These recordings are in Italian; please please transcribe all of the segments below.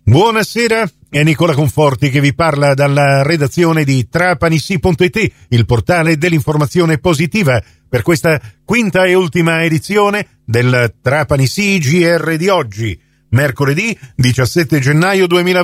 Buonasera, è Nicola Conforti che vi parla dalla redazione di Trapanisi.it, il portale dell'informazione positiva, per questa quinta e ultima edizione del Trapanisi GR di oggi, mercoledì 17 gennaio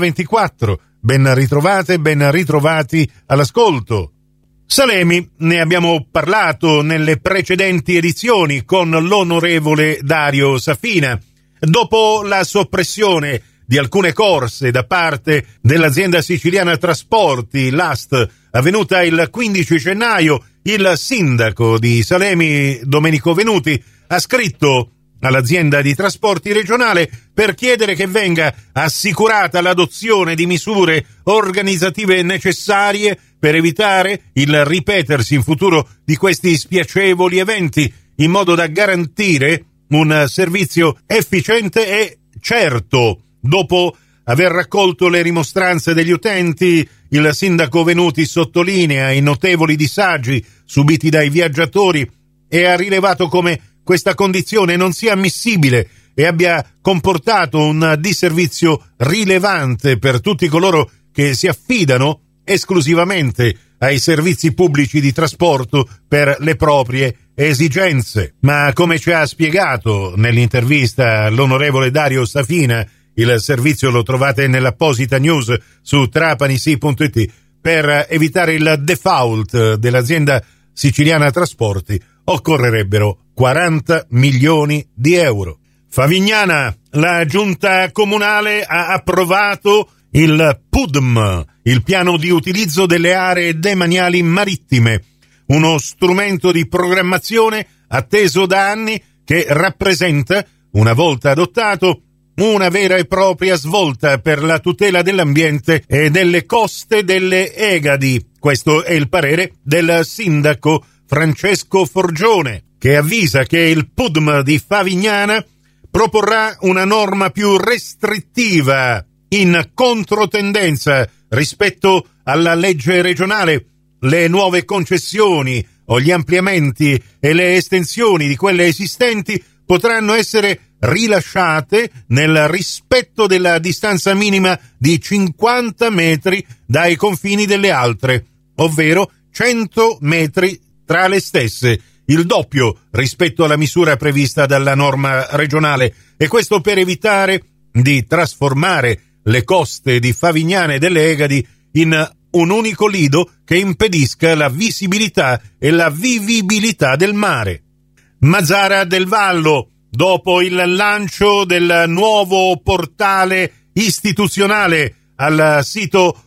2024. Ben ritrovate, ben ritrovati all'ascolto. Salemi, ne abbiamo parlato nelle precedenti edizioni con l'onorevole Dario Safina. Dopo la soppressione di alcune corse da parte dell'azienda siciliana Trasporti, l'AST, avvenuta il 15 gennaio, il sindaco di Salemi, Domenico Venuti, ha scritto all'azienda di trasporti regionale per chiedere che venga assicurata l'adozione di misure organizzative necessarie per evitare il ripetersi in futuro di questi spiacevoli eventi, in modo da garantire un servizio efficiente e certo. Dopo aver raccolto le rimostranze degli utenti, il sindaco Venuti sottolinea i notevoli disagi subiti dai viaggiatori e ha rilevato come questa condizione non sia ammissibile e abbia comportato un disservizio rilevante per tutti coloro che si affidano esclusivamente ai servizi pubblici di trasporto per le proprie esigenze. Ma come ci ha spiegato nell'intervista l'onorevole Dario Safina, il servizio lo trovate nell'apposita news su Trapanisi.it, per evitare il default dell'azienda siciliana Trasporti occorrerebbero 40 milioni di euro. Favignana, la giunta comunale ha approvato il PUDM, il piano di utilizzo delle aree demaniali marittime, uno strumento di programmazione atteso da anni che rappresenta, una volta adottato, una vera e propria svolta per la tutela dell'ambiente e delle coste delle Egadi. Questo è il parere del sindaco Francesco Forgione, che avvisa che il PUDM di Favignana proporrà una norma più restrittiva in controtendenza rispetto alla legge regionale. Le nuove concessioni o gli ampliamenti e le estensioni di quelle esistenti potranno essere rilasciate nel rispetto della distanza minima di 50 metri dai confini delle altre, ovvero 100 metri tra le stesse, il doppio rispetto alla misura prevista dalla norma regionale, e questo per evitare di trasformare le coste di Favignana e delle Egadi in un unico lido che impedisca la visibilità e la vivibilità del mare. Mazzara del Vallo, dopo il lancio del nuovo portale istituzionale al sito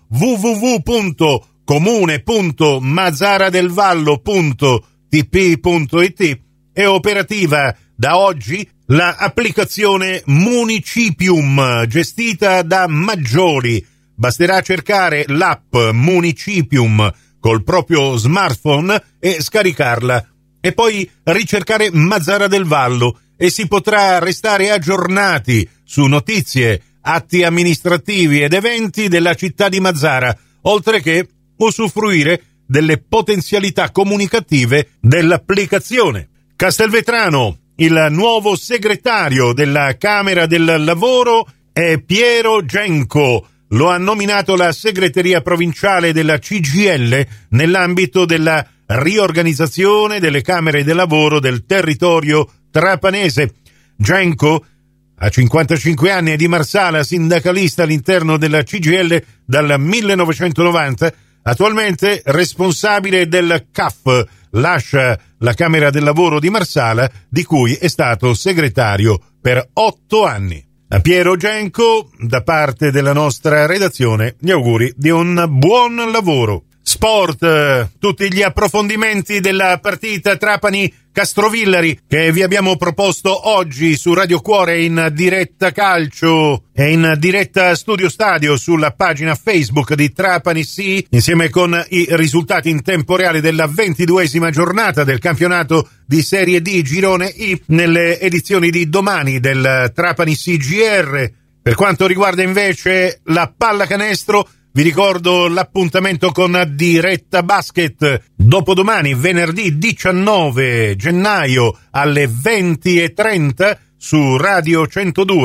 www.comune.mazzaradelvallo.tp.it, è operativa da oggi la applicazione Municipium, gestita da Maggiori. Basterà cercare l'app Municipium col proprio smartphone e scaricarla, e poi ricercare Mazzara del Vallo, e si potrà restare aggiornati su notizie, atti amministrativi ed eventi della città di Mazzara, oltre che usufruire delle potenzialità comunicative dell'applicazione. Castelvetrano, il nuovo segretario della Camera del Lavoro è Piero Genco. Lo ha nominato la segreteria provinciale della CGIL nell'ambito della riorganizzazione delle Camere del Lavoro del territorio trapanese. Genco ha 55 anni, è di Marsala, sindacalista all'interno della CGIL dal 1990, attualmente responsabile del CAF, lascia la Camera del Lavoro di Marsala, di cui è stato segretario per 8 anni. A Piero Genco, da parte della nostra redazione, gli auguri di un buon lavoro. Sport, tutti gli approfondimenti della partita Trapani-Castrovillari che vi abbiamo proposto oggi su Radio Cuore in diretta calcio e in diretta Studio Stadio sulla pagina Facebook di Trapani Sì, insieme con i risultati in tempo reale della 22esima giornata del campionato di Serie D Girone I nelle edizioni di domani del Trapani Sì GR. Per quanto riguarda invece la pallacanestro, vi ricordo l'appuntamento con Diretta Basket dopodomani, venerdì 19 gennaio alle 20:30 su Radio 102.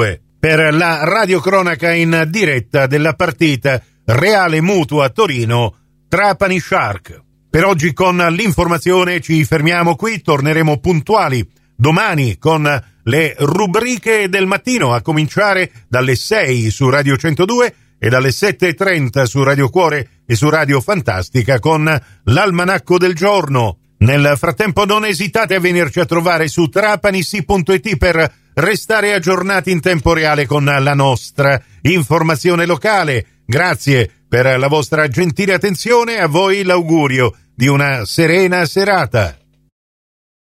per la radiocronaca in diretta della partita Reale Mutua Torino Trapani Shark. Per oggi con l'informazione ci fermiamo qui, torneremo puntuali domani con le rubriche del mattino, a cominciare dalle 6 su Radio 102 e dalle 7:30 su Radio Cuore e su Radio Fantastica con l'almanacco del giorno. Nel frattempo non esitate a venirci a trovare su trapanissi.it per restare aggiornati in tempo reale con la nostra informazione locale. Grazie per la vostra gentile attenzione, a voi l'augurio di una serena serata.